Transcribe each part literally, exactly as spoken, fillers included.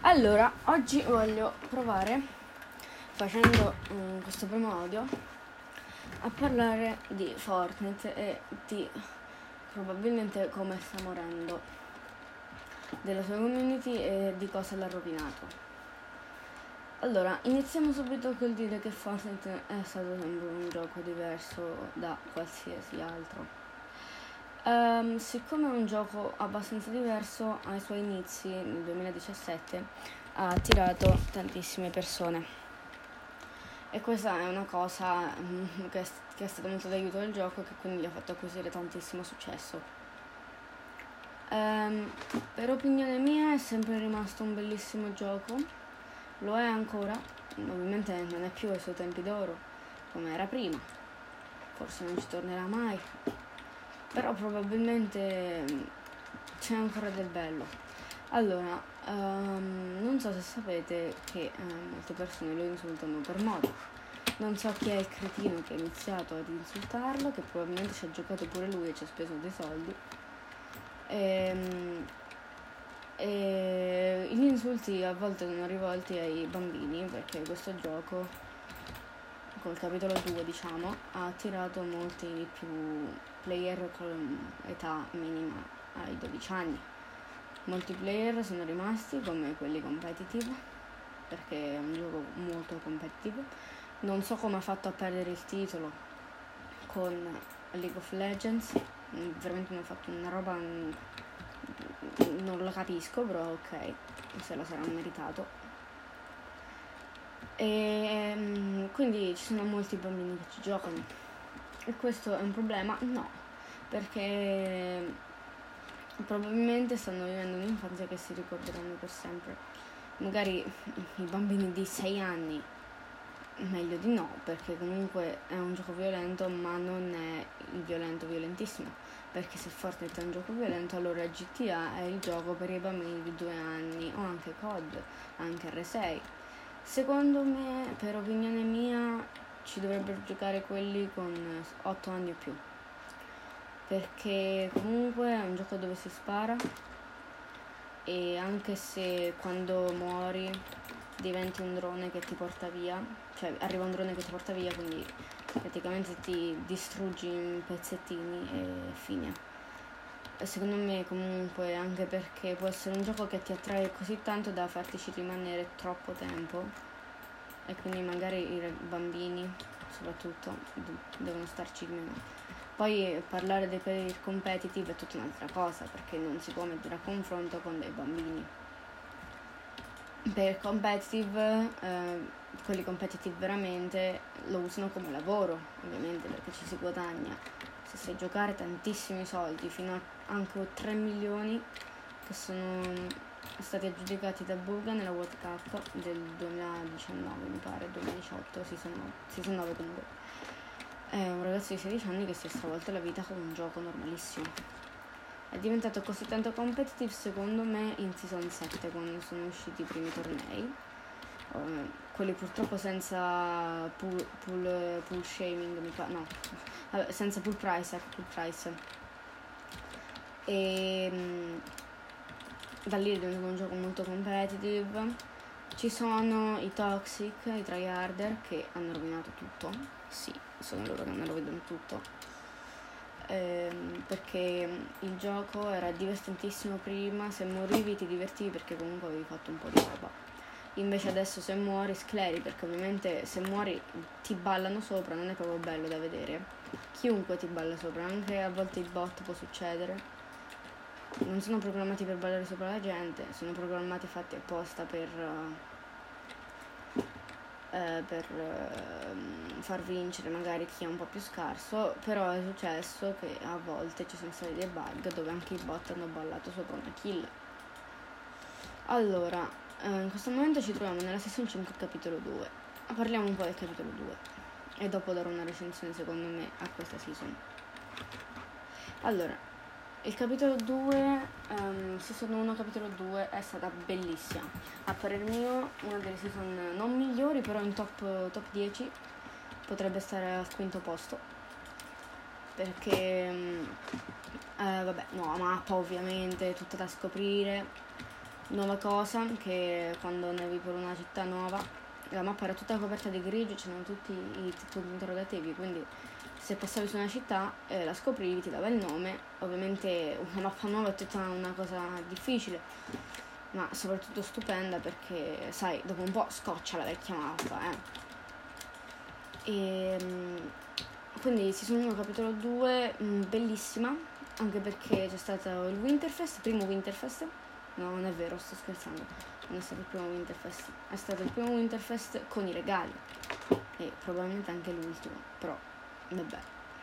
Allora, oggi voglio provare, facendo um, questo primo audio, a parlare di Fortnite e di probabilmente come sta morendo, della sua community e di cosa l'ha rovinato. Allora, iniziamo subito col dire che Fortnite è stato sempre un gioco diverso da qualsiasi altro. Um, siccome è un gioco abbastanza diverso, ai suoi inizi nel duemiladiciassette ha attirato tantissime persone e questa è una cosa um, che, è, che è stata molto d'aiuto al gioco e che quindi gli ha fatto acquisire tantissimo successo. Um, per opinione mia è sempre rimasto un bellissimo gioco, lo è ancora, ovviamente non è più ai suoi tempi d'oro come era prima, forse non ci tornerà mai, però probabilmente c'è ancora del bello. Allora, um, non so se sapete che um, molte persone lo insultano per moda. Non so chi è il cretino che ha iniziato ad insultarlo, che probabilmente ci ha giocato pure lui e ci ha speso dei soldi. E, e gli insulti a volte sono rivolti ai bambini, perché questo gioco, col capitolo due diciamo, ha attirato molti più player con età minima ai dodici anni. Molti player sono rimasti come quelli competitive, perché è un gioco molto competitivo. Non so come ha fatto a perdere il titolo con League of Legends, veramente mi ha fatto una roba, non lo capisco, però ok, se lo sarà meritato. E quindi ci sono molti bambini che ci giocano e questo è un problema? No, perché probabilmente stanno vivendo un'infanzia che si ricorderanno per sempre. Magari i bambini di sei anni meglio di no, perché comunque è un gioco violento, ma non è il violento violentissimo, perché se Fortnite è un gioco violento, allora G T A è il gioco per i bambini di due anni, o anche C O D, anche R sei. Secondo me, per opinione mia, ci dovrebbero giocare quelli con otto anni o più, perché comunque è un gioco dove si spara e anche se quando muori diventi un drone che ti porta via, cioè arriva un drone che ti porta via, quindi praticamente ti distruggi in pezzettini e fine. E secondo me comunque, anche perché può essere un gioco che ti attrae così tanto da fartici rimanere troppo tempo e quindi magari i bambini soprattutto devono starci meno. Poi parlare dei player competitive è tutta un'altra cosa, perché non si può mettere a confronto con dei bambini. Per competitive, eh, quelli competitive veramente lo usano come lavoro, ovviamente, perché ci si guadagna. Se sai giocare tantissimi soldi, fino a anche tre milioni che sono stati aggiudicati da Buga nella World Cup del duemiladiciannove, mi pare, duemiladiciotto, season nove comunque. È un ragazzo di sedici anni che si è stravolto la vita con un gioco normalissimo. È diventato così tanto competitive secondo me in season sette, quando sono usciti i primi tornei, uh, quelli purtroppo senza pool, pool, pool shaming, mi fa, no, vabbè, senza pool price, ecco, pool price. E um, da lì è diventato un gioco molto competitive. Ci sono i toxic, i tryharder che hanno rovinato tutto, sì, sono loro che hanno rovinato tutto, ehm, perché il gioco era divertentissimo prima, se morivi ti divertivi perché comunque avevi fatto un po' di roba, invece adesso se muori scleri, perché ovviamente se muori ti ballano sopra, non è proprio bello da vedere, chiunque ti balla sopra, anche a volte i bot può succedere. Non sono programmati per ballare sopra la gente, sono programmati fatti apposta per uh, eh, per uh, far vincere magari chi è un po' più scarso, però è successo che a volte ci sono stati dei bug dove anche i bot hanno ballato sopra una kill. Allora, uh, in questo momento ci troviamo nella season cinque capitolo due, parliamo un po' del capitolo due e dopo darò una recensione secondo me a questa season. Allora, il capitolo due, um, season uno capitolo due è stata bellissima, a parer mio una delle season non migliori, però in top, top dieci potrebbe stare al quinto posto, perché um, eh, vabbè, nuova mappa ovviamente, tutta da scoprire, nuova cosa, che quando andavi per una città nuova la mappa era tutta coperta di grigio, c'erano tutti i punti interrogativi, quindi se passavi su una città eh, la scoprivi, ti dava il nome. Ovviamente una mappa nuova è tutta una cosa difficile, ma soprattutto stupenda, perché sai, dopo un po' scoccia la vecchia mappa, eh. E quindi Season uno capitolo due, mh, bellissima, anche perché c'è stato il Winterfest, il primo Winterfest. No, non è vero, sto scherzando, non è stato il primo Winterfest, è stato il primo Winterfest con i regali e probabilmente anche l'ultimo, però vabbè.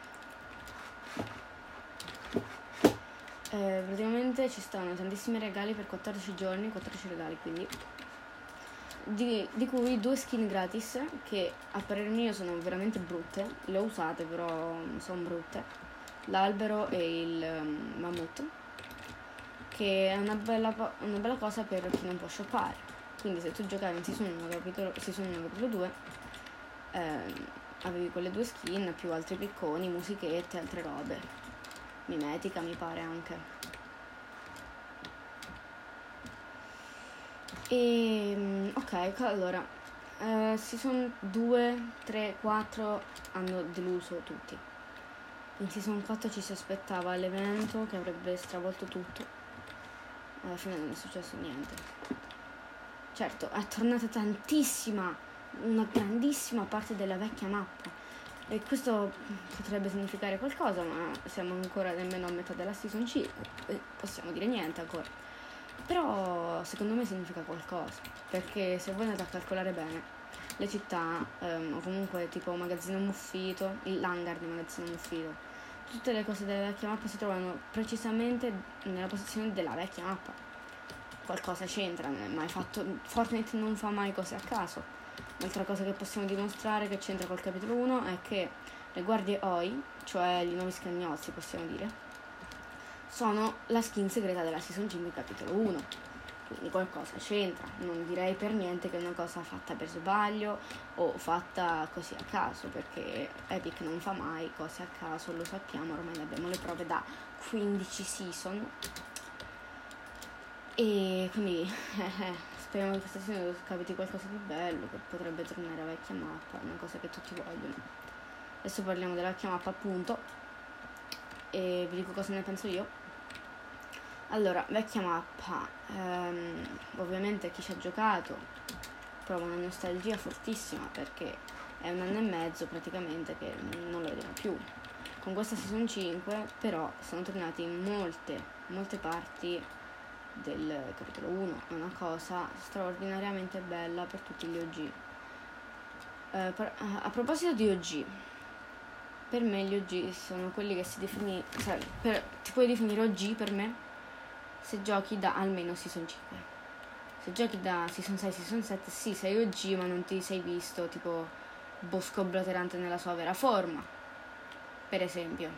Eh, praticamente ci stanno tantissimi regali per quattordici giorni, quattordici regali quindi, di, di cui due skin gratis che a parere mio sono veramente brutte, le ho usate però sono brutte, l'albero e il um, mammut, che è una bella, una bella cosa per chi non può shoppare. Quindi se tu giocavi in Season uno capitolo, Season uno capitolo due, ehm, avevi quelle due skin più altri picconi, musichette, altre robe, mimetica mi pare anche. E ok, allora eh, Season due, tre, quattro hanno deluso tutti. In Season quattro ci si aspettava l'evento che avrebbe stravolto tutto, alla fine non è successo niente. Certo, è tornata tantissima, una grandissima parte della vecchia mappa, e questo potrebbe significare qualcosa, ma siamo ancora nemmeno a metà della Season cinque, e possiamo dire niente ancora. Però secondo me significa qualcosa, perché se voi andate a calcolare bene, le città, ehm, o comunque tipo Magazzino Muffito, l'hangar di Magazzino Muffito, tutte le cose della vecchia mappa si trovano precisamente nella posizione della vecchia mappa. Qualcosa c'entra, non è mai fatto, Fortnite non fa mai cose a caso. Un'altra cosa che possiamo dimostrare che c'entra col capitolo uno è che le guardie O I, cioè i nuovi scagnozzi possiamo dire, sono la skin segreta della Season cinque capitolo uno. Quindi qualcosa c'entra, non direi per niente che è una cosa fatta per sbaglio o fatta così a caso, perché Epic non fa mai cose a caso, lo sappiamo, ormai abbiamo le prove da quindici season. E quindi eh, speriamo che questa season capiti qualcosa di bello, che potrebbe tornare la vecchia mappa, una cosa che tutti vogliono. Adesso parliamo della vecchia mappa appunto, e vi dico cosa ne penso io. Allora, vecchia mappa, ehm, ovviamente chi ci ha giocato prova una nostalgia fortissima, perché è un anno e mezzo praticamente che non lo vedremo più. Con questa Season cinque però sono tornati molte, molte parti del capitolo uno, è una cosa straordinariamente bella per tutti gli O G. Eh, per, a proposito di O G, per me gli O G sono quelli che si definiscono, cioè, per, ti puoi definire O G per me se giochi da almeno Season cinque. Se giochi da Season sei, Season sette, sì, sei O G, ma non ti sei visto tipo Bosco Blaterante nella sua vera forma, per esempio.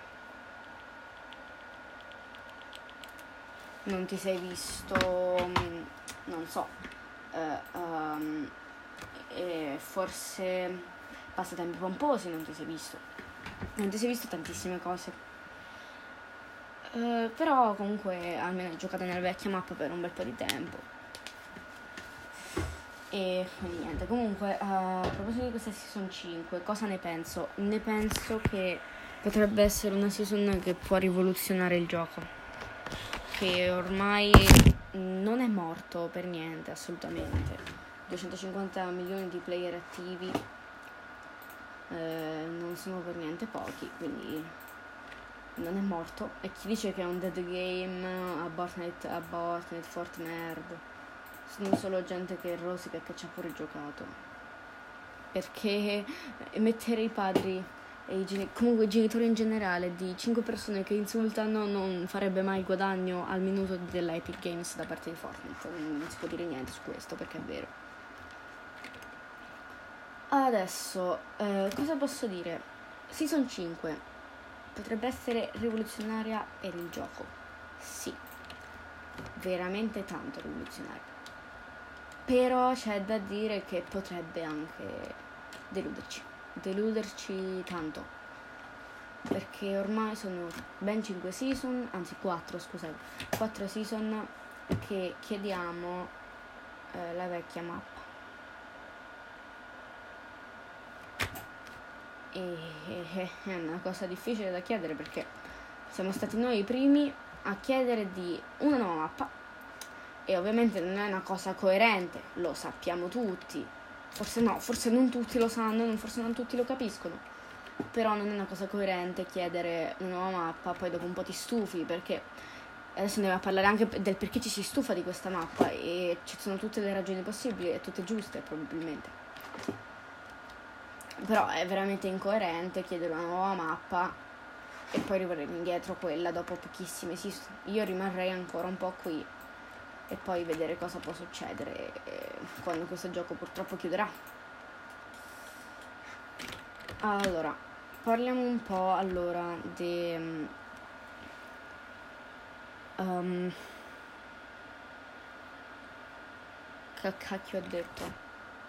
Non ti sei visto, non so, uh, um, e forse Passatempi Pomposi, non ti sei visto. Non ti sei visto tantissime cose. Uh, però comunque almeno hai giocato nella vecchia mappa per un bel po' di tempo. E niente, comunque uh, a proposito di questa Season cinque, cosa ne penso? Ne penso che potrebbe essere una season che può rivoluzionare il gioco, che ormai non è morto per niente, assolutamente. duecentocinquanta milioni di player attivi eh, non sono per niente pochi, quindi non è morto. E chi dice che è un dead game, abortnet, abortnet, Fortnerd, sono solo gente che rosica e che ci ha pure giocato, perché mettere i padri e i genitori, comunque i genitori in generale, di cinque persone che insultano non farebbe mai guadagno al minuto della Epic Games da parte di Fortnite. Non si può dire niente su questo, perché è vero. Adesso eh, cosa posso dire? Season cinque potrebbe essere rivoluzionaria per il gioco, sì, veramente tanto rivoluzionaria, però c'è da dire che potrebbe anche deluderci deluderci tanto, perché ormai sono ben cinque season, anzi quattro, scusate, quattro season che chiediamo eh, la vecchia mappa. E è una cosa difficile da chiedere perché siamo stati noi i primi a chiedere di una nuova mappa e ovviamente non è una cosa coerente, lo sappiamo tutti, forse no, forse non tutti lo sanno, forse non tutti lo capiscono, però non è una cosa coerente chiedere una nuova mappa, poi dopo un po' ti stufi, perché adesso andiamo a parlare anche del perché ci si stufa di questa mappa e ci sono tutte le ragioni possibili e tutte giuste probabilmente. Però è veramente incoerente chiedere una nuova mappa e poi rimanere indietro quella dopo pochissime season. Io rimarrei ancora un po' qui e poi vedere cosa può succedere quando questo gioco purtroppo chiuderà. Allora, parliamo un po' allora di um, che cacchio ho detto?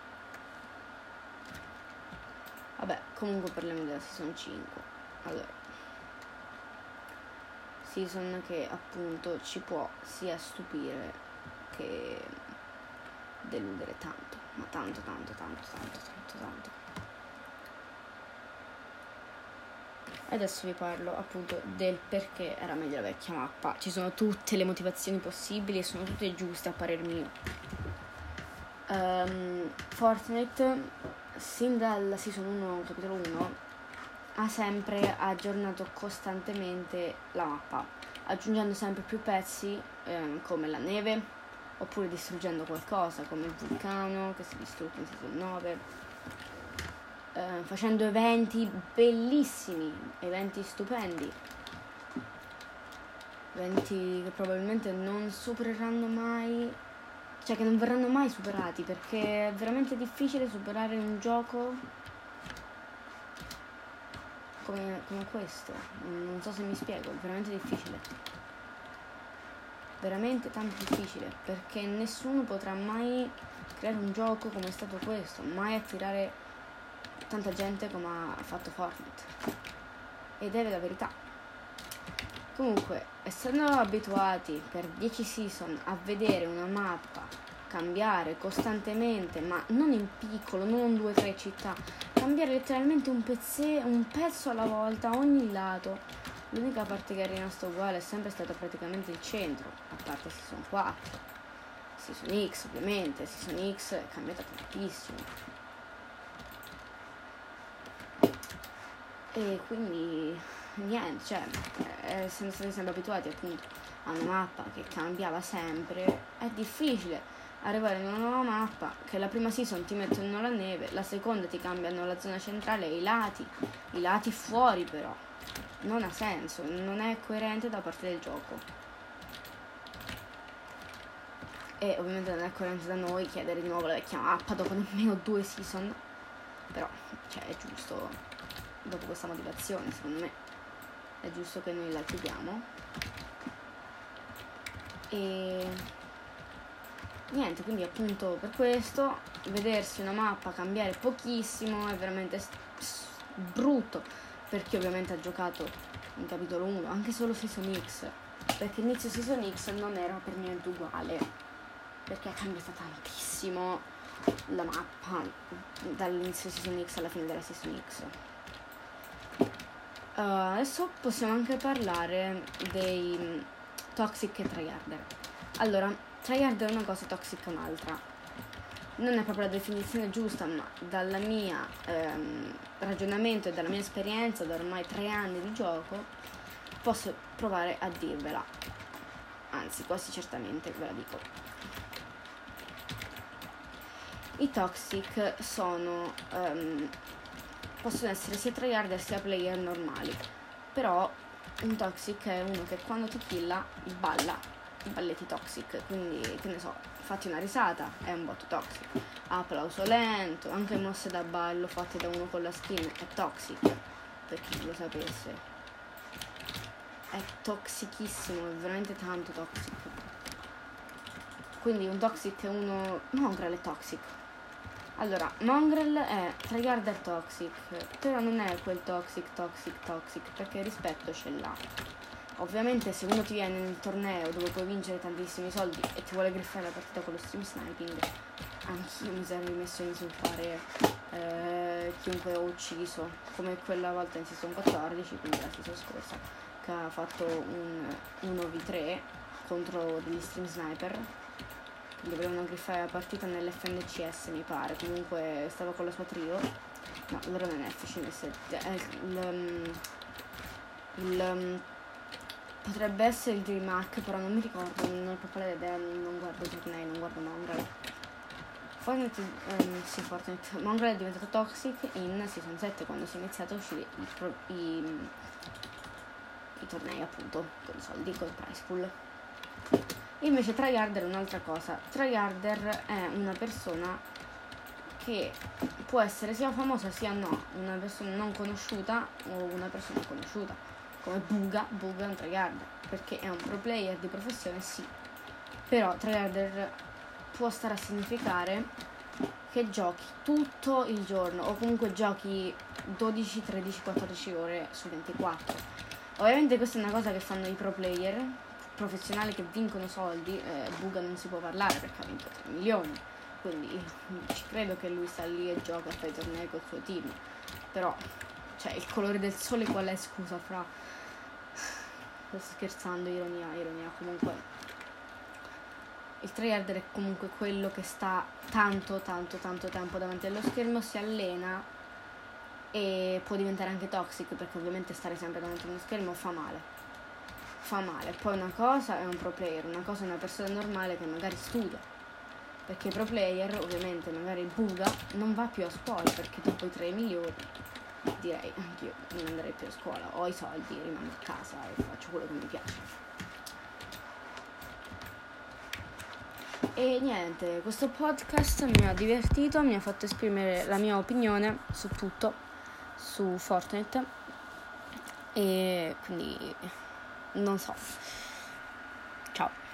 Vabbè, comunque parliamo della season cinque. Allora, season che appunto ci può sia stupire che deludere tanto, ma tanto tanto tanto tanto tanto tanto. E adesso vi parlo appunto del perché era meglio la vecchia mappa. Ci sono tutte le motivazioni possibili e sono tutte giuste a parer mio. um, Fortnite sin dalla season uno, capitolo uno, ha sempre aggiornato costantemente la mappa, aggiungendo sempre più pezzi eh, come la neve, oppure distruggendo qualcosa come il vulcano che si è distrutto in season nove, eh, facendo eventi bellissimi, eventi stupendi, eventi che probabilmente non supereranno mai, cioè che non verranno mai superati, perché è veramente difficile superare un gioco come, come questo. Non so se mi spiego, è veramente difficile, veramente tanto difficile, perché nessuno potrà mai creare un gioco come è stato questo, mai attirare tanta gente come ha fatto Fortnite, ed è la verità. Comunque, essendo abituati per dieci season a vedere una mappa cambiare costantemente, ma non in piccolo, non due o tre città, cambiare letteralmente un, pezze, un pezzo alla volta, ogni lato, l'unica parte che è rimasta uguale è sempre stata praticamente il centro, a parte season quattro. Season X ovviamente, season X è cambiata tantissimo. E quindi niente, cioè, essendo stati sempre abituati appunto a una mappa che cambiava sempre, è difficile arrivare in una nuova mappa che la prima season ti mettono la neve, la seconda ti cambiano la zona centrale e i lati, i lati fuori, però non ha senso, non è coerente da parte del gioco. E ovviamente non è coerente da noi chiedere di nuovo la vecchia mappa dopo nemmeno due season, però cioè è giusto, dopo questa motivazione secondo me è giusto che noi la chiediamo. E niente, quindi appunto per questo vedersi una mappa cambiare pochissimo è veramente brutto per chi ovviamente ha giocato in capitolo uno, anche solo season X, perché inizio season X non era per niente uguale, perché è cambiata tantissimo la mappa dall'inizio season X alla fine della season X. Uh, adesso possiamo anche parlare dei toxic e tryharder. Allora, tryharder è una cosa, toxic è un'altra. Non è proprio la definizione giusta, ma dal mio ehm, ragionamento e dalla mia esperienza da ormai tre anni di gioco posso provare a dirvela, anzi quasi certamente ve la dico. I toxic sono um, possono essere sia tryharder sia player normali, però un toxic è uno che quando ti killa balla i balletti toxic, quindi che ne so, fatti una risata, è un bot toxic, applauso lento, anche mosse da ballo fatte da uno con la skin è toxic, per chi non lo sapesse, è toxichissimo, è veramente tanto toxic. Quindi un toxic è uno, Mongrel è toxic. Allora, Mongrel è tryharder toxic, però non è quel toxic, toxic, toxic, perché rispetto ce l'ha. ovviamente se uno ti viene nel torneo dove puoi vincere tantissimi soldi e ti vuole griffare la partita con lo stream sniping, anch'io mi sarei messo a insultare eh, chiunque ho ucciso, come quella volta in season quattordici, quindi la season scorsa, che ha fatto un uno vu tre contro degli stream sniper che dovevano griffare la partita nell'F N C S, mi pare. Comunque stava con la sua trio, no, allora non è F C S, è il, il, il potrebbe essere il DreamHack, però non mi ricordo, non ho proprio idea, non guardo tornei, non guardo Mongraal. Fortnite, um, sì, Fortnite. Mongraal è diventato toxic in season sette, quando si è iniziato a uscire i, pro, i, i tornei, appunto, con i soldi, con il prize pool. Invece Tryharder è un'altra cosa. Tryharder è una persona che può essere sia famosa sia no, una persona non conosciuta o una persona conosciuta, come Buga. Buga è un tryharder perché è un pro player di professione, sì, però tryharder può stare a significare che giochi tutto il giorno o comunque giochi dodici, tredici, quattordici ore su ventiquattro. Ovviamente questa è una cosa che fanno i pro player professionali che vincono soldi. eh, Buga non si può parlare perché ha vinto tre milioni, quindi ci credo che lui sta lì e gioca, fa i tornei col suo team, però cioè il colore del sole qual è, scusa, fra, sto scherzando, ironia, ironia, comunque il tryharder è comunque quello che sta tanto tanto tanto tempo davanti allo schermo, si allena e può diventare anche toxic, perché ovviamente stare sempre davanti allo schermo fa male, fa male. Poi una cosa è un pro player, una cosa è una persona normale che magari studia, perché i pro player, ovviamente magari Buga non va più a scuola perché dopo i tre milioni direi anch'io non andrei più a scuola, ho i soldi, rimango a casa e faccio quello che mi piace. E niente, questo podcast mi ha divertito, mi ha fatto esprimere la mia opinione su tutto, su Fortnite, e quindi non so, ciao.